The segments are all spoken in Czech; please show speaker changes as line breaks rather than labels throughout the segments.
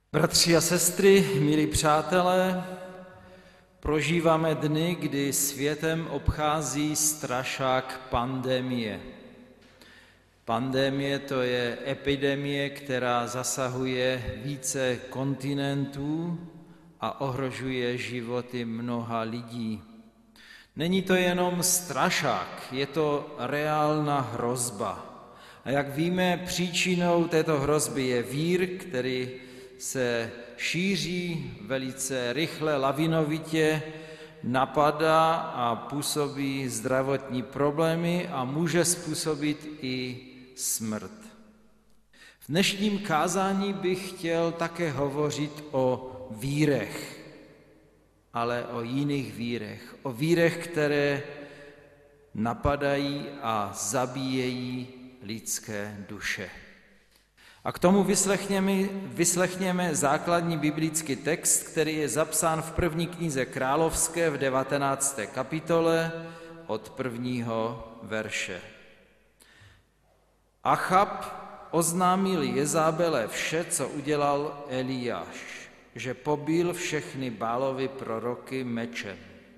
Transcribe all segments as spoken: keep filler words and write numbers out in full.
Bratři a sestry, milí přátelé, prožíváme dny, kdy světem obchází strašák pandemie. Pandemie to je epidemie, která zasahuje více kontinentů a ohrožuje životy mnoha lidí. Není to jenom strašák, je to reálná hrozba. A jak víme, příčinou této hrozby je vír, který se šíří velice rychle, lavinovitě, napadá a působí zdravotní problémy a může způsobit i smrt. V dnešním kázání bych chtěl také hovořit o vírech, ale o jiných vírech, o vírech, které napadají a zabíjejí lidské duše. A k tomu vyslechněme, vyslechněme základní biblický text, který je zapsán v první knize Královské v devatenácté kapitole od prvního verše. Achab oznámil Jezábele vše, co udělal Eliáš, že pobil všechny Bálovy proroky mečem.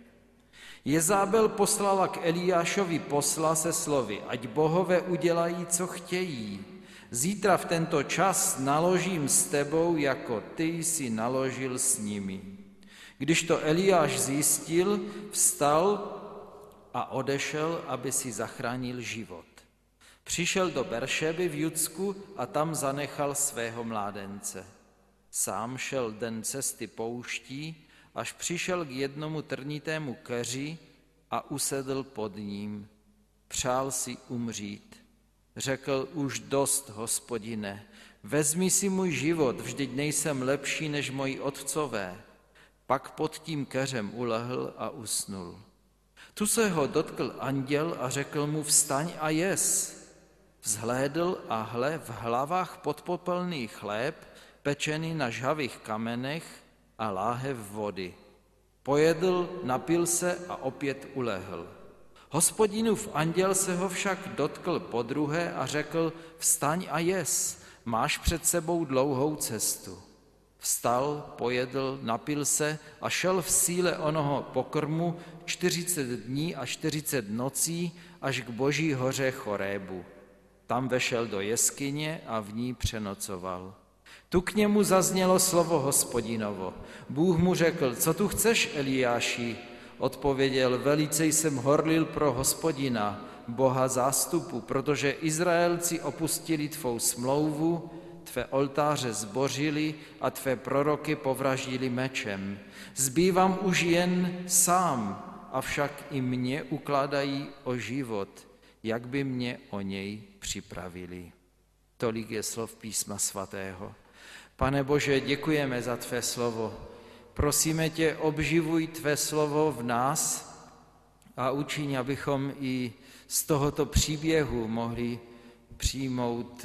Jezábel poslala k Eliášovi posla se slovy, ať bohové udělají, co chtějí. Zítra v tento čas naložím s tebou, jako ty jsi naložil s nimi. Když to Eliáš zjistil, vstal a odešel, aby si zachránil život. Přišel do Beršeby v Judsku a tam zanechal svého mládence. Sám šel den cesty pouští, až přišel k jednomu trnitému keři a usedl pod ním. Přál si umřít. Řekl, už dost, Hospodine, vezmi si můj život, vždyť nejsem lepší než moji otcové. Pak pod tím keřem ulehl a usnul. Tu se ho dotkl anděl a řekl mu, vstaň a jes. Vzhlédl a hle, v hlavách podpopelný chléb, pečený na žhavých kamenech a láhev vody. Pojedl, napil se a opět ulehl. Hospodinův anděl se ho však dotkl podruhé a řekl, vstaň a jes, máš před sebou dlouhou cestu. Vstal, pojedl, napil se a šel v síle onoho pokrmu čtyřicet dní a čtyřicet nocí až k Boží hoře Chorébu. Tam vešel do jeskyně a v ní přenocoval. Tu k němu zaznělo slovo Hospodinovo. Bůh mu řekl, co tu chceš, Eliáši? Odpověděl, velice jsem horlil pro Hospodina, Boha zástupu, protože Izraelci opustili tvou smlouvu, tvé oltáře zbořili a tvé proroky povraždili mečem. Zbývám už jen sám, avšak i mě ukládají o život, jak by mě o něj připravili. Tolik je slov písma svatého. Pane Bože, děkujeme za tvé slovo. Prosíme tě, obživuj tvé slovo v nás a učiň, abychom i z tohoto příběhu mohli přijmout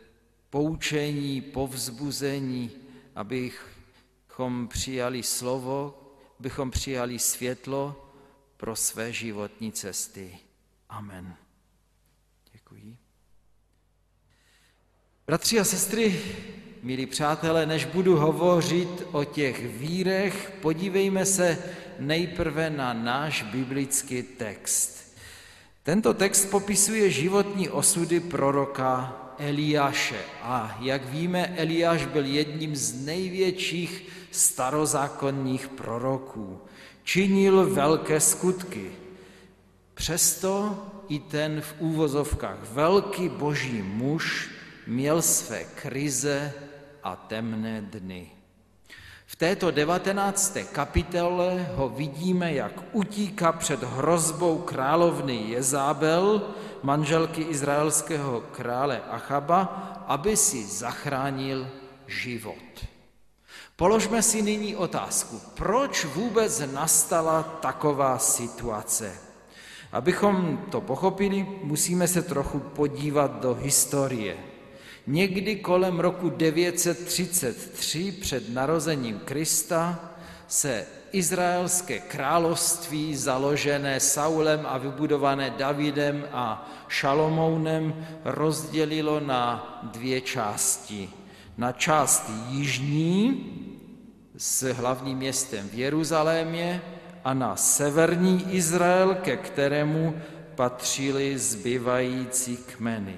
poučení, povzbuzení, abychom přijali slovo, abychom přijali světlo pro své životní cesty. Amen. Děkuji. Bratři a sestry, milí přátelé, než budu hovořit o těch vírech, podívejme se nejprve na náš biblický text. Tento text popisuje životní osudy proroka Eliáše. A jak víme, Eliáš byl jedním z největších starozákonních proroků. Činil velké skutky. Přesto i ten v úvozovkách velký boží muž měl své krize a temné dny. V této devatenácté kapitole ho vidíme, jak utíká před hrozbou královny Jezábel, manželky izraelského krále Achaba, aby si zachránil život. Položme si nyní otázku, proč vůbec nastala taková situace? Abychom to pochopili, musíme se trochu podívat do historie. Někdy kolem roku devět set třicet tři před narozením Krista se izraelské království založené Saulem a vybudované Davidem a Šalomounem rozdělilo na dvě části. na část jižní s hlavním městem v Jeruzalémě a na severní Izrael, ke kterému patřily zbývající kmeny.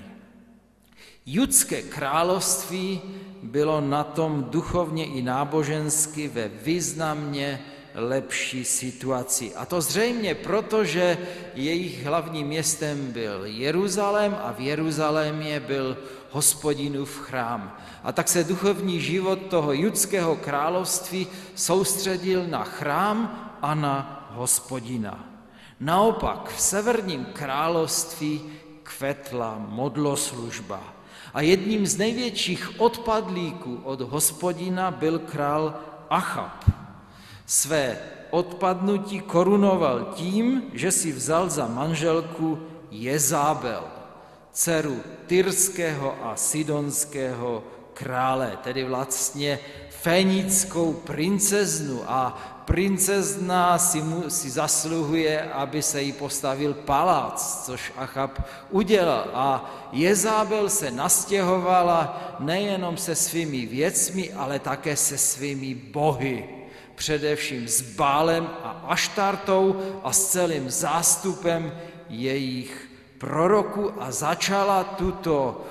Judské království bylo na tom duchovně i nábožensky ve významně lepší situaci. A to zřejmě proto, že jejich hlavním městem byl Jeruzalém a v Jeruzalémě byl Hospodinův chrám. A tak se duchovní život toho judského království soustředil na chrám a na Hospodina. Naopak v severním království kvetla modloslužba. A jedním z největších odpadlíků od Hospodina byl král Achab. Své odpadnutí korunoval tím, že si vzal za manželku Jezábel, dceru tyrského a sidonského krále, tedy vlastně fénickou princeznu. A princezna si, mu, si zasluhuje, aby se jí postavil palác, což Achab udělal. A Jezábel se nastěhovala nejenom se svými věcmi, ale také se svými bohy. Především s Bálem a Aštartou a s celým zástupem jejich proroků a začala tuto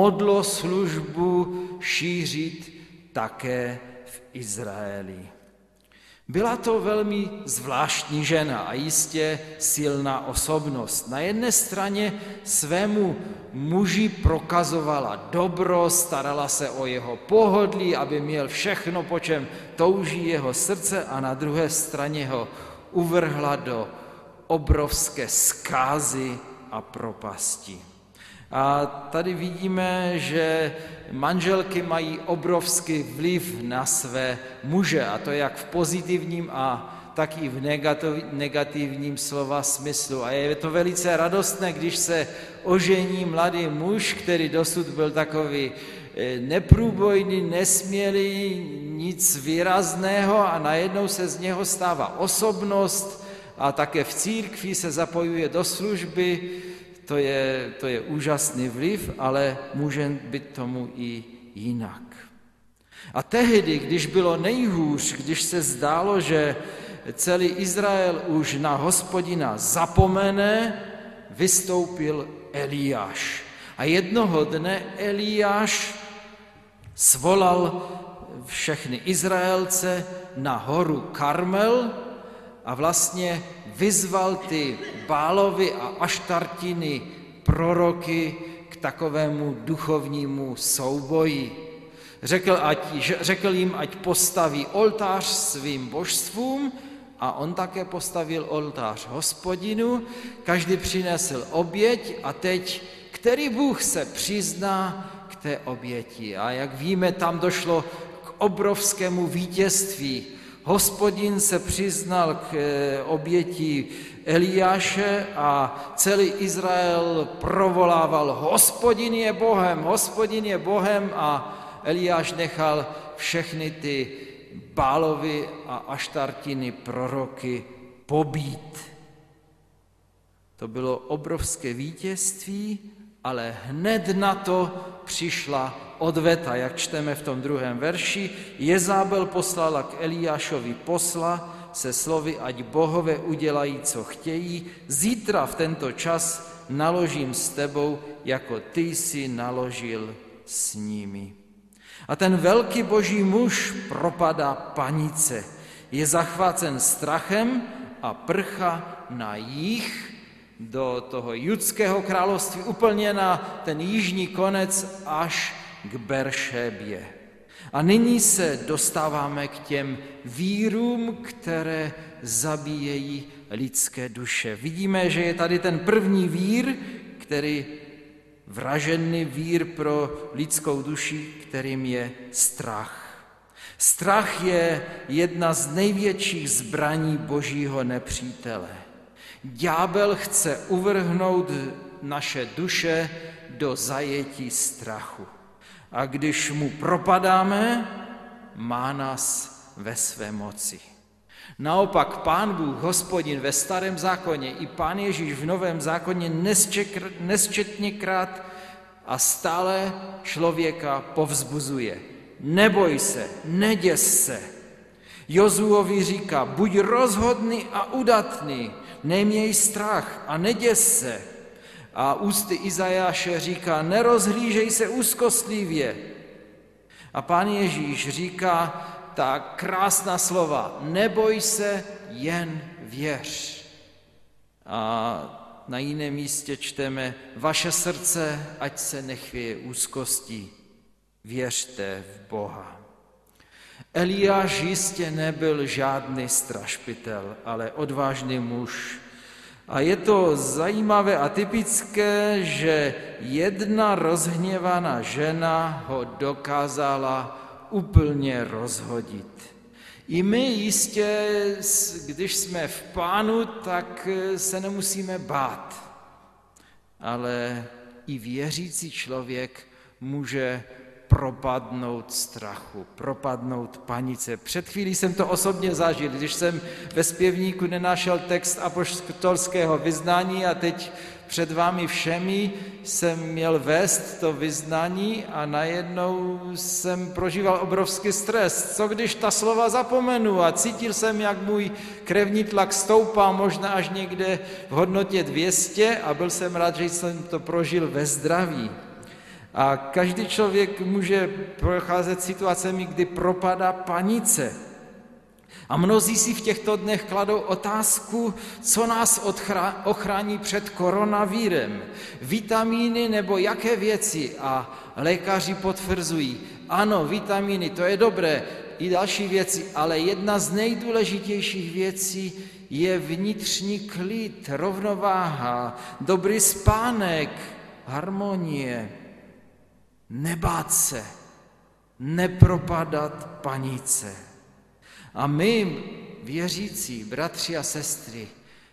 modloslužbu šířit také v Izraeli. Byla to velmi zvláštní žena a jistě silná osobnost. Na jedné straně svému muži prokazovala dobro, starala se o jeho pohodlí, aby měl všechno, po čem touží jeho srdce, a na druhé straně ho uvrhla do obrovské zkázy a propasti. A tady vidíme, že manželky mají obrovský vliv na své muže, a to jak v pozitivním a tak i v negativním slova smyslu. A je to velice radostné, když se ožení mladý muž, který dosud byl takový neprůbojný, nesmělý, nic výrazného, a najednou se z něho stává osobnost a také v církvi se zapojuje do služby. To je, to je úžasný vliv, ale může být tomu i jinak. A tehdy, když bylo nejhůř, když se zdálo, že celý Izrael už na Hospodina zapomene, vystoupil Eliáš. A jednoho dne Eliáš svolal všechny Izraelce na horu Karmel a vlastně vyzval ty Bálovy a Aštartiny proroky k takovému duchovnímu souboji. Řekl, ať, řekl jim, ať postaví oltář svým božstvům, a on také postavil oltář Hospodinu, každý přinesl oběť a teď, který Bůh se přizná k té oběti. A jak víme, tam došlo k obrovskému vítězství. Hospodin se přiznal k oběti Eliáše a celý Izrael provolával: Hospodin je Bohem, Hospodin je Bohem, a Eliáš nechal všechny ty Bálovy a Aštartiny proroky pobít. To bylo obrovské vítězství, ale hned na to přišla odveta, jak čteme v tom druhém verši. Jezábel poslala k Eliášovi posla se slovy, ať bohové udělají, co chtějí, zítra v tento čas naložím s tebou, jako ty jsi naložil s nimi. A ten velký boží muž propadá panice, je zachvácen strachem a prchá na jih do toho judského království, úplně na ten jižní konec až k Beršebě. A nyní se dostáváme k těm vírům, které zabíjejí lidské duše. Vidíme, že je tady ten první vír, který vražený vír pro lidskou duši, kterým je strach. Strach je jedna z největších zbraní božího nepřítele. Ďábel chce uvrhnout naše duše do zajetí strachu. A když mu propadáme, má nás ve své moci. Naopak Pán Bůh, Hospodin ve Starém zákoně i Pán Ježíš v Novém zákoně nesčetněkrát a stále člověka povzbuzuje. neboj se, neděs se. Jozuovi říká, buď rozhodný a udatný, neměj strach a neděs se. A ústy Izajáše říká, nerozhlížej se úzkostlivě. A Pán Ježíš říká ta krásná slova, neboj se, jen věř. A na jiném místě čteme, vaše srdce, ať se nechvěje úzkostí, věřte v Boha. Eliáš jistě nebyl žádný strašpitel, ale odvážný muž. A je to zajímavé a typické, že jedna rozhněvaná žena ho dokázala úplně rozhodit. I my jistě, když jsme v Pánu, tak se nemusíme bát. Ale i věřící člověk může propadnout strachu, propadnout panice. Před chvílí jsem to osobně zažil, když jsem ve zpěvníku nenašel text apoštolského vyznání a teď před vámi všemi jsem měl vést to vyznání a najednou jsem prožíval obrovský stres. Co když ta slova zapomenu? A cítil jsem, jak můj krevní tlak stoupá, možná až někde v hodnotě dvě stě a byl jsem rád, že jsem to prožil ve zdraví. A každý člověk může procházet situacemi, kdy propadá panice. A mnozí si v těchto dnech kladou otázku, co nás ochrání před koronavírem. Vitamíny nebo jaké věci? A lékaři potvrzují, ano, vitamíny, to je dobré, i další věci, ale jedna z nejdůležitějších věcí je vnitřní klid, rovnováha, dobrý spánek, harmonie. Nebát se, nepropadat panice. A my, věřící, bratři a sestry,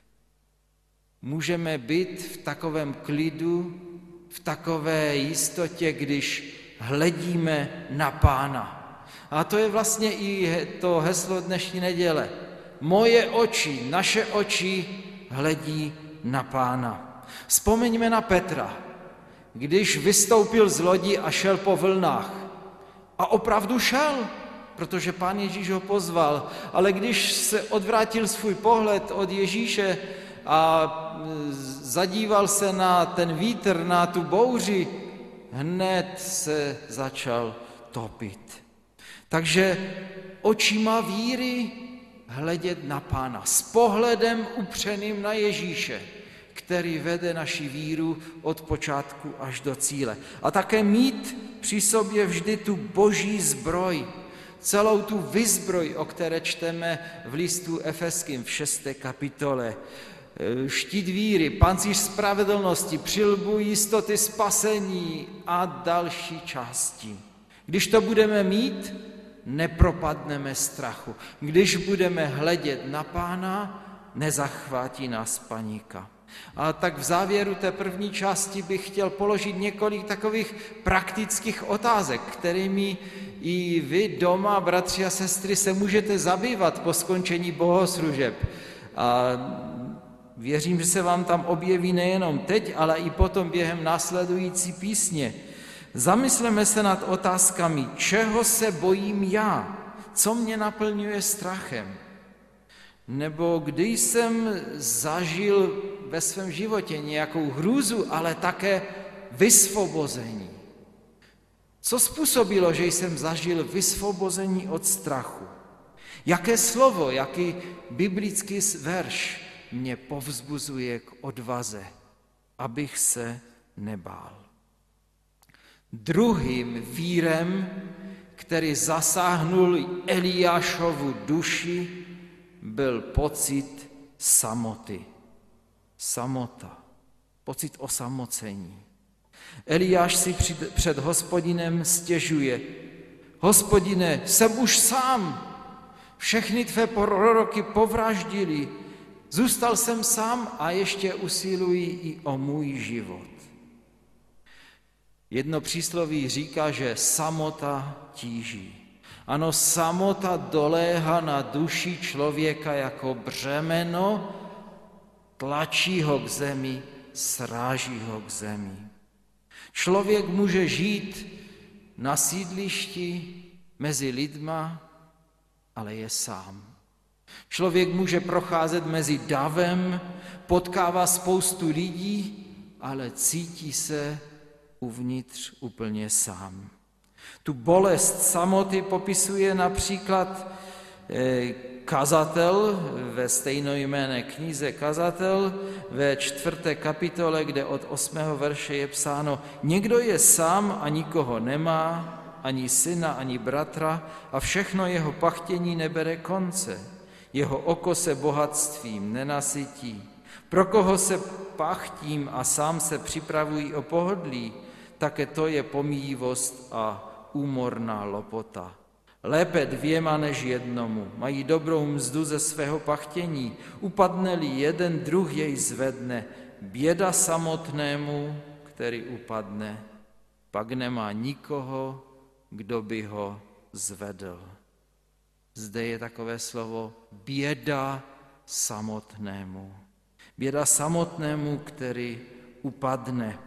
můžeme být v takovém klidu, v takové jistotě, když hledíme na Pána. A to je vlastně i to heslo dnešní neděle. Moje oči, naše oči hledí na Pána. Vzpomeňme na Petra, když vystoupil z lodi a šel po vlnách. A opravdu šel, protože Pán Ježíš ho pozval. Ale když se odvrátil svůj pohled od Ježíše a zadíval se na ten vítr, na tu bouři, hned se začal topit. Takže očima víry hledět na Pána, s pohledem upřeným na Ježíše, který vede naši víru od počátku až do cíle. A také mít při sobě vždy tu boží zbroj, celou tu vyzbroj, o které čteme v listu Efeským v šesté kapitole. Štít víry, pancíř spravedlnosti, přilbu jistoty spasení a další části. Když to budeme mít, nepropadneme strachu. Když budeme hledět na Pána, nezachvátí nás panika. A tak v závěru té první části bych chtěl položit několik takových praktických otázek, kterými i vy doma, bratři a sestry, se můžete zabývat po skončení bohoslužeb. A věřím, že se vám tam objeví nejenom teď, ale i potom během následující písně. Zamysleme se nad otázkami, čeho se bojím já, co mě naplňuje strachem. Nebo kdy jsem zažil ve svém životě nějakou hrůzu, ale také vysvobození. Co způsobilo, že jsem zažil vysvobození od strachu? Jaké slovo, jaký biblický verš mě povzbuzuje k odvaze, abych se nebál? Druhým vírem, který zasáhnul Eliášovu duši, byl pocit samoty. Samota, pocit osamocení. Eliáš si před Hospodinem stěžuje. Hospodine, jsem už sám. Všechny tvé proroky povraždili. Zůstal jsem sám a ještě usiluji i o můj život. Jedno přísloví říká, že samota tíží. Ano, samota doléhá na duši člověka jako břemeno, tlačí ho k zemi, sráží ho k zemi. Člověk může žít na sídlišti, mezi lidma, ale je sám. Člověk může procházet mezi davem, potkává spoustu lidí, ale cítí se uvnitř úplně sám. Tu bolest samoty popisuje například kazatel ve stejnojmenné knize Kazatel ve čtvrté kapitole, kde od osmého verše je psáno: někdo je sám a nikoho nemá, ani syna, ani bratra, a všechno jeho pachtění nebere konce. Jeho oko se bohatstvím nenasytí. Pro koho se pachtím a sám se připravují o pohodlí, také to je pomíjivost a úmorná lopota. Lépe dvěma než jednomu, mají dobrou mzdu ze svého pachtění. Upadne-li jeden, druh jej zvedne. Běda samotnému, který upadne, pak nemá nikoho, kdo by ho zvedl. Zde je takové slovo běda samotnému. Běda samotnému, který upadne.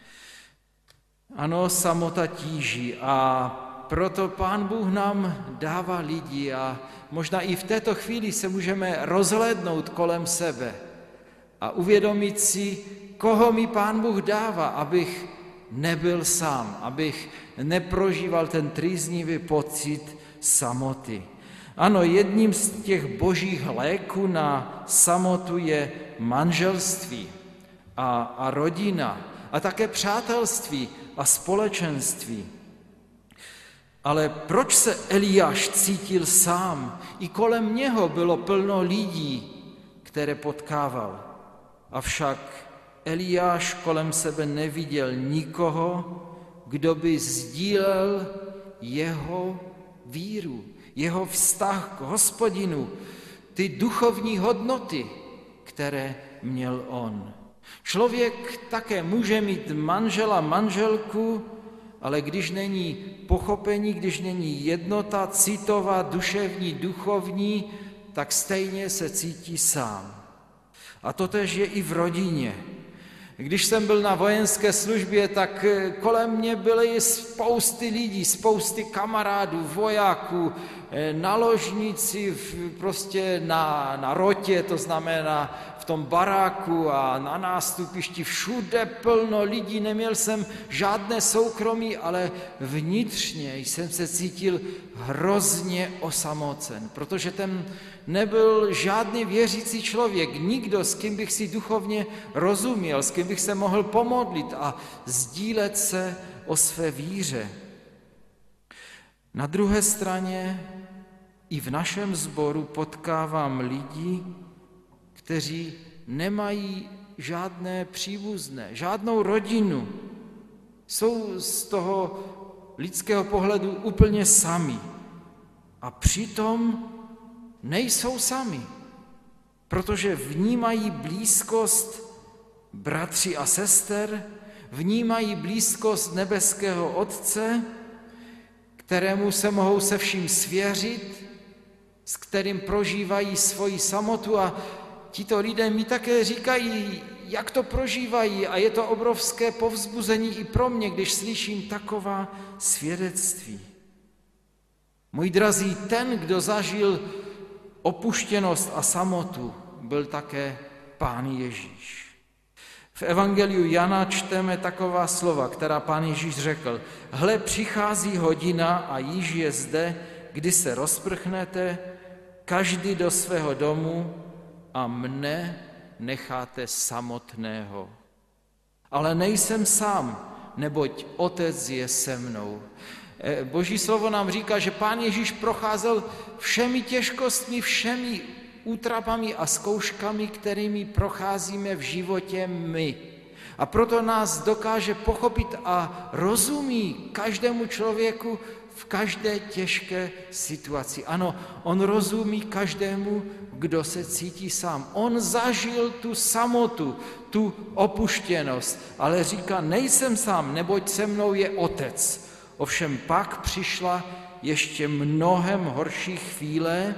Ano, samota tíží a proto Pán Bůh nám dává lidi a možná i v této chvíli se můžeme rozhlédnout kolem sebe a uvědomit si, koho mi Pán Bůh dává, abych nebyl sám, abych neprožíval ten trýznivý pocit samoty. Ano, jedním z těch božích léků na samotu je manželství a, a rodina a také přátelství a společenství. Ale proč se Eliáš cítil sám? I kolem něho bylo plno lidí, které potkával. Avšak Eliáš kolem sebe neviděl nikoho, kdo by sdílel jeho víru, jeho vztah k Hospodinu, ty duchovní hodnoty, které měl on. Člověk také může mít manžela, manželku, ale když není pochopení, když není jednota citová, duševní, duchovní, tak stejně se cítí sám. A totéž je i v rodině. Když jsem byl na vojenské službě, tak kolem mě byly spousty lidí, spousty kamarádů, vojáků, na ložnici, prostě na, na rotě, to znamená v tom baráku a na nástupišti, všude plno lidí, neměl jsem žádné soukromí, ale vnitřně jsem se cítil hrozně osamocen, protože ten nebyl žádný věřící člověk, nikdo, s kým bych si duchovně rozuměl, s kým bych se mohl pomodlit a sdílet se o své víře. Na druhé straně i v našem sboru potkávám lidi, kteří nemají žádné příbuzné, žádnou rodinu. Jsou z toho lidského pohledu úplně sami. A přitom nejsou sami, protože vnímají blízkost bratří a sester, vnímají blízkost nebeského Otce, kterému se mohou se vším svěřit, s kterým prožívají svoji samotu a tito lidé mi také říkají, jak to prožívají a je to obrovské povzbuzení i pro mě, když slyším taková svědectví. Můj drazí, ten, kdo zažil opuštěnost a samotu, byl také Pán Ježíš. V evangeliu Jana čteme taková slova, která Pán Ježíš řekl: hle, přichází hodina a již je zde, kdy se rozprchnete, každý do svého domu a mne necháte samotného. Ale nejsem sám, neboť Otec je se mnou. Boží slovo nám říká, že Pán Ježíš procházel všemi těžkostmi, všemi útrapami a zkouškami, kterými procházíme v životě my. A proto nás dokáže pochopit a rozumí každému člověku v každé těžké situaci. Ano, on rozumí každému, kdo se cítí sám. On zažil tu samotu, tu opuštěnost, ale říká, nejsem sám, neboť se mnou je Otec. Ovšem pak přišla ještě mnohem horší chvíle,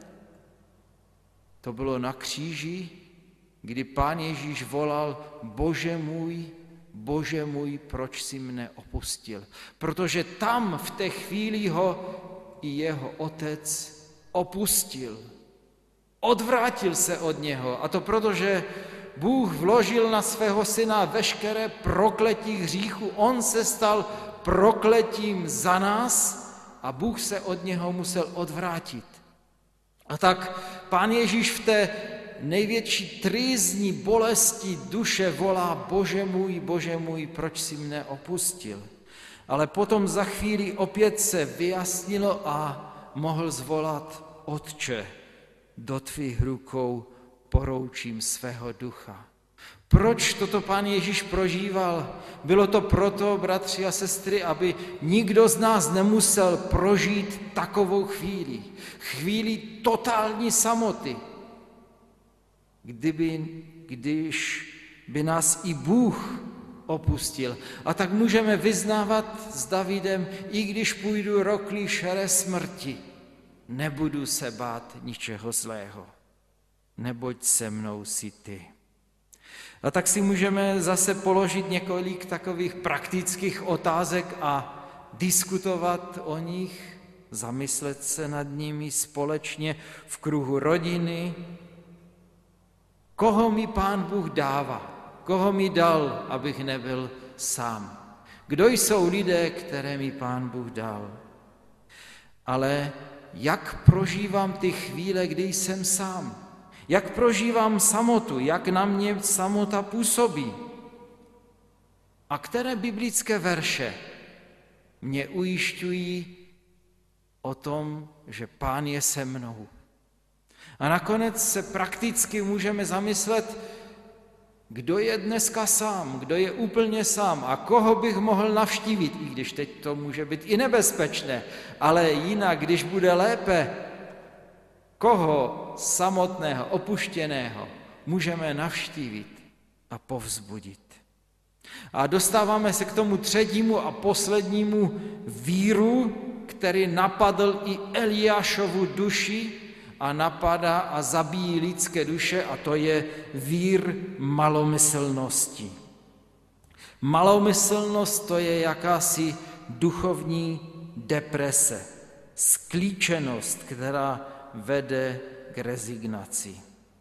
to bylo na kříži, kdy Pán Ježíš volal: Bože můj, Bože můj, proč jsi mne opustil? Protože tam v té chvíli ho i jeho otec opustil. Odvrátil se od něho, a to proto, že Bůh vložil na svého syna veškeré prokletí hříchu. On se stal prokletím za nás a Bůh se od něho musel odvrátit. A tak Pán Ježíš v té největší trýzni bolesti duše volá: Bože můj, Bože můj, proč jsi mne opustil? Ale potom za chvíli opět se vyjasnilo a mohl zvolat: Otče, do tvých rukou poroučím svého ducha. Proč toto Pán Ježíš prožíval? Bylo to proto, bratři a sestry, aby nikdo z nás nemusel prožít takovou chvíli. Chvíli totální samoty. Kdyby, když by nás i Bůh opustil. A tak můžeme vyznávat s Davidem: i když půjdu roklí šeré smrti, nebudu se bát ničeho zlého, neboť se mnou jsi ty. A tak si můžeme zase položit několik takových praktických otázek a diskutovat o nich, zamyslet se nad nimi společně v kruhu rodiny. Koho mi Pán Bůh dává? Koho mi dal, abych nebyl sám? Kdo jsou lidé, které mi Pán Bůh dal? Ale jak prožívám ty chvíle, kdy jsem sám? Jak prožívám samotu? Jak na mě samota působí? A které biblické verše mě ujišťují o tom, že Pán je se mnou? A nakonec se prakticky můžeme zamyslet, kdo je dneska sám, kdo je úplně sám a koho bych mohl navštívit, i když teď to může být i nebezpečné, ale jinak, když bude lépe, koho samotného, opuštěného můžeme navštívit a povzbudit. A dostáváme se k tomu třetímu a poslednímu víru, který napadl i Eliášovu duši a napadá a zabíjí lidské duše, a to je vír malomyslnosti. Malomyslnost to je jakási duchovní deprese, sklíčenost, která vede k rezignaci.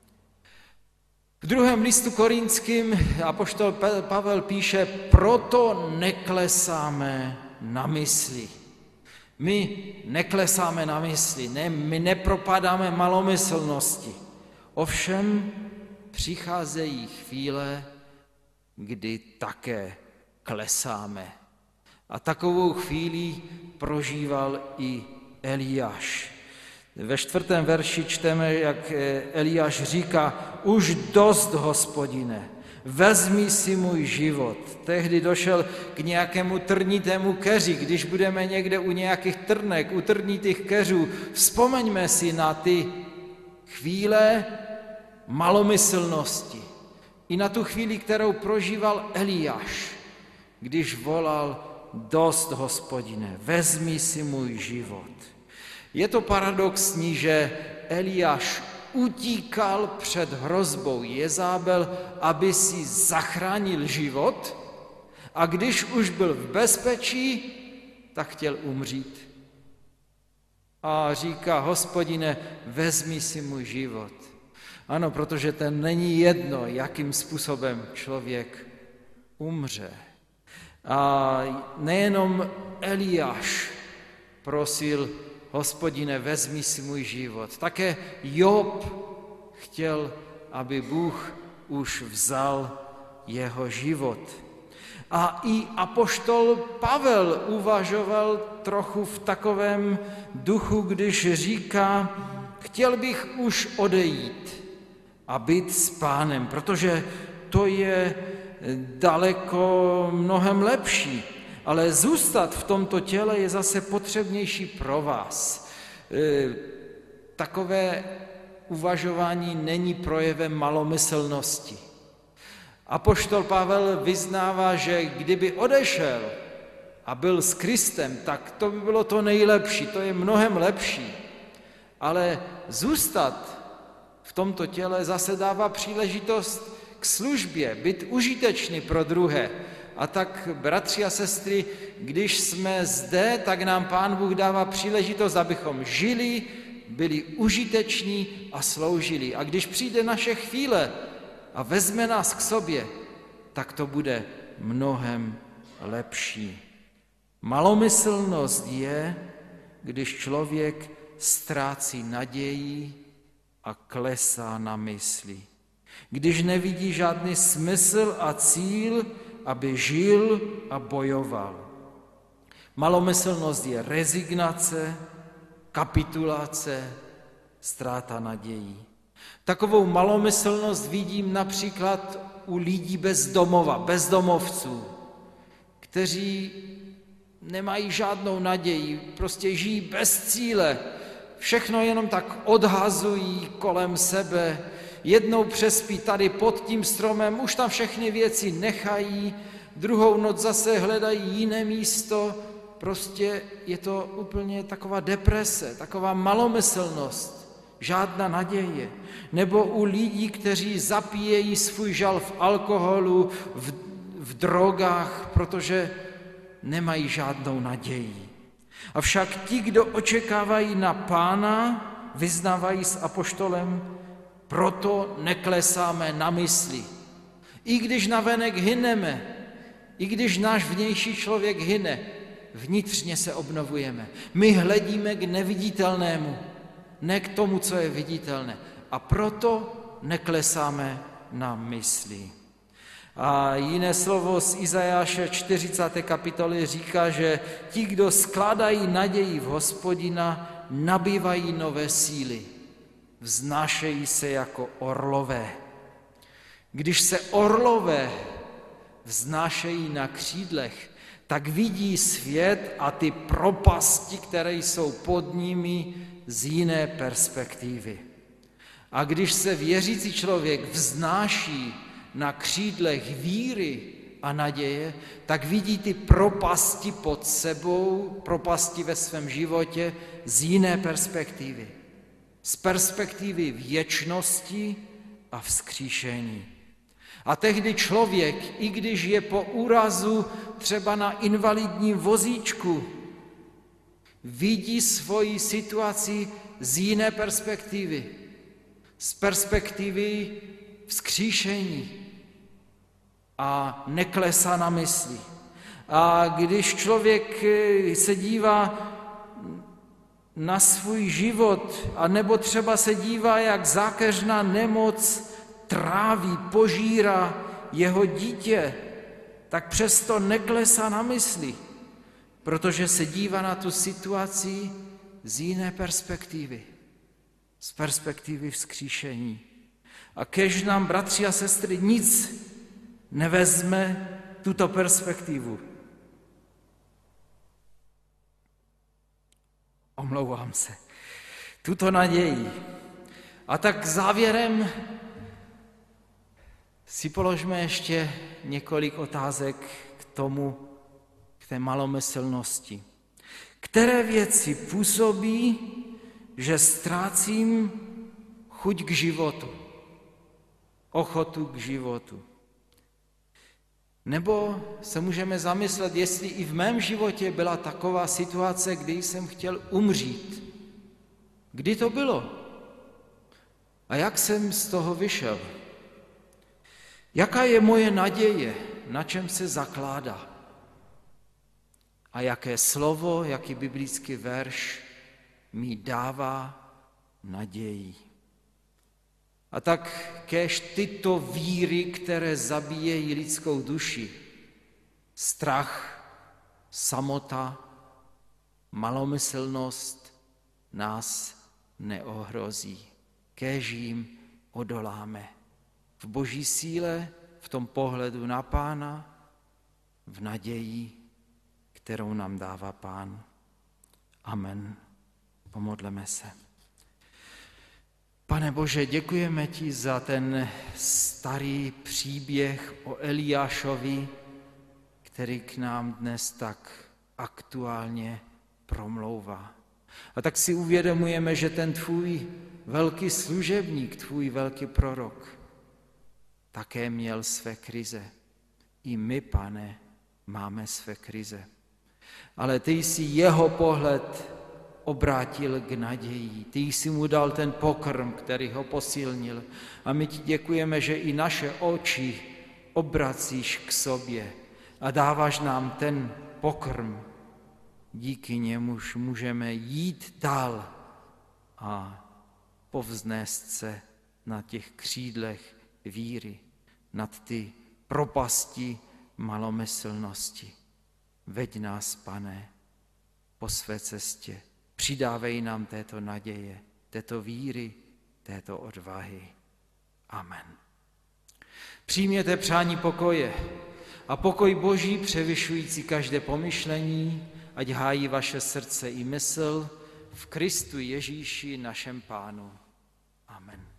V druhém listu Korinským apoštol Pavel píše: proto neklesáme na mysli. My neklesáme na mysli, ne, my nepropadáme malomyslnosti. Ovšem přicházejí chvíle, kdy také klesáme. A takovou chvíli prožíval i Eliáš. Ve čtvrtém verši čteme, jak Eliáš říká: už dost, Hospodine, vezmi si můj život. Tehdy došel k nějakému trnitému keři. Když budeme někde u nějakých trnek, u trnitých keřů, vzpomeňme si na ty chvíle malomyslnosti. I na tu chvíli, kterou prožíval Eliáš, když volal: dost, Hospodine, vezmi si můj život. Je to paradoxní, že Eliáš utíkal před hrozbou Jezábel, aby si zachránil život, a když už byl v bezpečí, tak chtěl umřít. A říká: Hospodine, vezmi si můj život. Ano, protože to není jedno, jakým způsobem člověk umře. A nejenom Eliáš prosil: Hospodine, vezmi si můj život. Také Job chtěl, aby Bůh už vzal jeho život. A i apoštol Pavel uvažoval trochu v takovém duchu, když říká: chtěl bych už odejít a být s Pánem, protože to je daleko mnohem lepší. Ale zůstat v tomto těle je zase potřebnější pro vás. E, takové uvažování není projevem malomyslnosti. Apoštol Pavel vyznává, že kdyby odešel a byl s Kristem, tak to by bylo to nejlepší, to je mnohem lepší. Ale zůstat v tomto těle zase dává příležitost k službě, být užitečný pro druhé. A tak, bratři a sestry, když jsme zde, tak nám Pán Bůh dává příležitost, abychom žili, byli užiteční a sloužili. A když přijde naše chvíle a vezme nás k sobě, tak to bude mnohem lepší. Malomyslnost je, když člověk ztrácí naději a klesá na mysli. Když nevidí žádný smysl a cíl, aby žil a bojoval. Malomyslnost je rezignace, kapitulace, ztráta nadějí. Takovou malomyslnost vidím například u lidí bez domova, bezdomovců, kteří nemají žádnou naději, prostě žijí bez cíle, všechno jenom tak odhazují kolem sebe, jednou přespí tady pod tím stromem, už tam všechny věci nechají, druhou noc zase hledají jiné místo, prostě je to úplně taková deprese, taková malomyslnost, žádná naděje. Nebo u lidí, kteří zapíjejí svůj žal v alkoholu, v, v drogách, protože nemají žádnou naději. Avšak ti, kdo očekávají na Pána, vyznávají s apoštolem, proto neklesáme na mysli. I když navenek hyneme, i když náš vnější člověk hyne, vnitřně se obnovujeme. My hledíme k neviditelnému, ne k tomu, co je viditelné. A proto neklesáme na mysli. A jiné slovo z Izajáše čtyřicáté kapitoly říká, že ti, kdo skládají naději v Hospodina, nabývají nové síly. Vznášejí se jako orlové. Když se orlové vznášejí na křídlech, tak vidí svět a ty propasti, které jsou pod nimi, z jiné perspektivy. A když se věřící člověk vznáší na křídlech víry a naděje, tak vidí ty propasti pod sebou, propasti ve svém životě z jiné perspektivy. Z perspektivy věčnosti a vzkříšení. A tehdy člověk, i když je po úrazu třeba na invalidním vozíčku, vidí svoji situaci z jiné perspektivy. Z perspektivy vzkříšení a neklesá na mysli. A když člověk se dívá na svůj život, anebo třeba se dívá, jak zákeřná nemoc tráví, požírá jeho dítě, tak přesto neklesá na mysli, protože se dívá na tu situaci z jiné perspektivy, z perspektivy vzkříšení. A kéž nám, bratři a sestry, nic nevezme tuto perspektivu. Omlouvám se. Tuto naději. A tak závěrem si položme ještě několik otázek k tomu, k té malomyslnosti. Které věci působí, že ztrácím chuť k životu, ochotu k životu? Nebo se můžeme zamyslet, jestli i v mém životě byla taková situace, kdy jsem chtěl umřít. Kdy to bylo? A jak jsem z toho vyšel? Jaká je moje naděje? Na čem se zakládá? A jaké slovo, jaký biblický verš mi dává naději? A tak kéž tyto víry, které zabíjejí lidskou duši, strach, samota, malomyslnost nás neohrozí. Kéž jim odoláme. V Boží síle, v tom pohledu na Pána, v naději, kterou nám dává Pán. Amen. Pomodleme se. Pane Bože, děkujeme ti za ten starý příběh o Eliášovi, který k nám dnes tak aktuálně promlouvá. A tak si uvědomujeme, že ten tvůj velký služebník, tvůj velký prorok, také měl své krize. I my, Pane, máme své krize. Ale ty jsi jeho pohled obrátil k naději. Ty jsi mu dal ten pokrm, který ho posilnil. A my ti děkujeme, že i naše oči obracíš k sobě a dáváš nám ten pokrm. Díky němuž můžeme jít dál a povznést se na těch křídlech víry, nad ty propasti malomyslnosti. Veď nás, Pane, po své cestě. Přidávej nám této naděje, této víry, této odvahy. Amen. Přijměte přání pokoje a pokoj Boží, převyšující každé pomyšlení, ať hájí vaše srdce i mysl v Kristu Ježíši našem Pánu. Amen.